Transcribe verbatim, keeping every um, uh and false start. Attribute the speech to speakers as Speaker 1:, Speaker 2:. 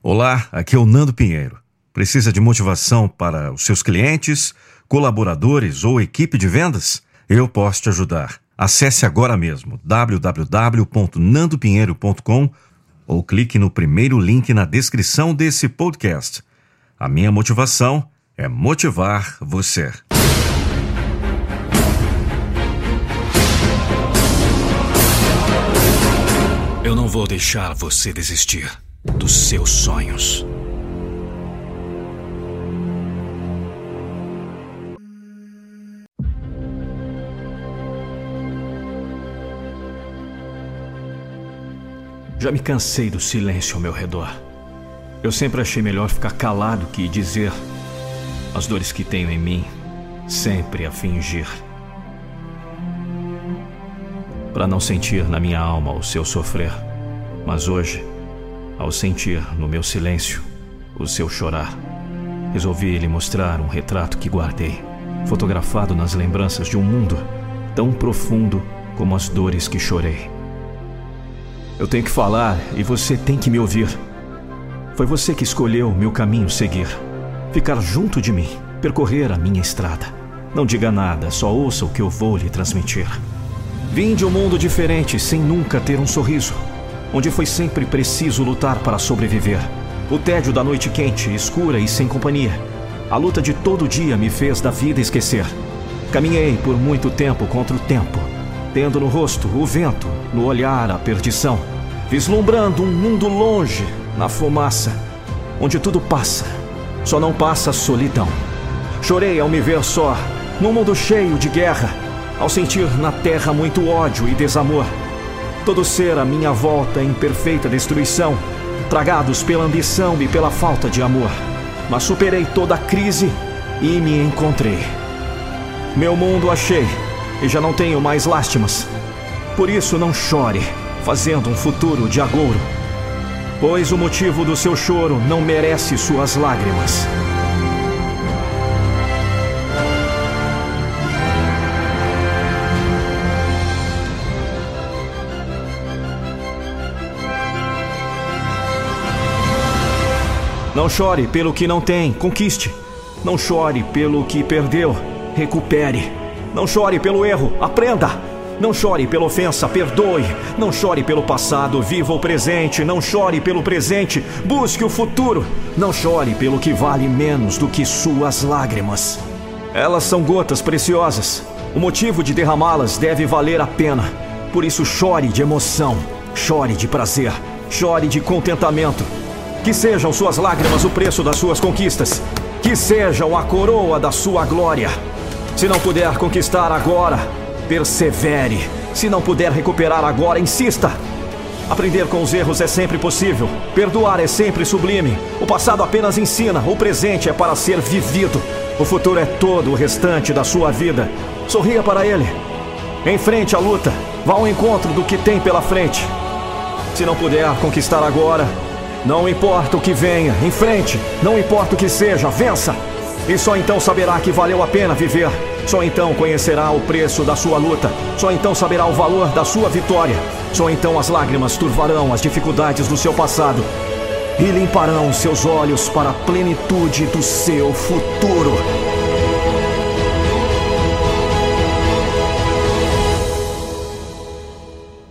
Speaker 1: Olá, aqui é o Nando Pinheiro. Precisa de motivação para os seus clientes, colaboradores ou equipe de vendas? Eu posso te ajudar. Acesse agora mesmo w w w ponto nando pinheiro ponto com ou clique no primeiro link na descrição desse podcast. A minha motivação é motivar você.
Speaker 2: Eu não vou deixar você desistir dos seus sonhos. Já me cansei do silêncio ao meu redor. Eu sempre achei melhor ficar calado que dizer as dores que tenho em mim, sempre a fingir. Para não sentir na minha alma o seu sofrer. Mas hoje, ao sentir no meu silêncio o seu chorar, resolvi lhe mostrar um retrato que guardei, fotografado nas lembranças de um mundo tão profundo como as dores que chorei. Eu tenho que falar e você tem que me ouvir. Foi você que escolheu meu caminho seguir, ficar junto de mim, percorrer a minha estrada. Não diga nada, só ouça o que eu vou lhe transmitir. Vim de um mundo diferente, sem nunca ter um sorriso, onde foi sempre preciso lutar para sobreviver. O tédio da noite quente, escura e sem companhia. A luta de todo dia me fez da vida esquecer. Caminhei por muito tempo contra o tempo, tendo no rosto o vento, no olhar a perdição, vislumbrando um mundo longe, na fumaça, onde tudo passa, só não passa a solidão. Chorei ao me ver só, num mundo cheio de guerra, ao sentir na terra muito ódio e desamor. Todo ser à minha volta em perfeita destruição, tragados pela ambição e pela falta de amor. Mas superei toda a crise e me encontrei. Meu mundo achei e já não tenho mais lástimas. Por isso não chore, fazendo um futuro de agouro, pois o motivo do seu choro não merece suas lágrimas. Não chore pelo que não tem, conquiste. Não chore pelo que perdeu, recupere. Não chore pelo erro, aprenda. Não chore pela ofensa, perdoe. Não chore pelo passado, viva o presente. Não chore pelo presente, busque o futuro. Não chore pelo que vale menos do que suas lágrimas. Elas são gotas preciosas. O motivo de derramá-las deve valer a pena. Por isso chore de emoção, chore de prazer, chore de contentamento. Que sejam suas lágrimas o preço das suas conquistas. Que sejam a coroa da sua glória. Se não puder conquistar agora, persevere. Se não puder recuperar agora, insista. Aprender com os erros é sempre possível. Perdoar é sempre sublime. O passado apenas ensina. O presente é para ser vivido. O futuro é todo o restante da sua vida. Sorria para ele. Enfrente a luta. Vá ao encontro do que tem pela frente. Se não puder conquistar agora, não importa o que venha, em frente. Não importa o que seja, vença. E só então saberá que valeu a pena viver. Só então conhecerá o preço da sua luta. Só então saberá o valor da sua vitória. Só então as lágrimas turvarão as dificuldades do seu passado e limparão seus olhos para a plenitude do seu futuro.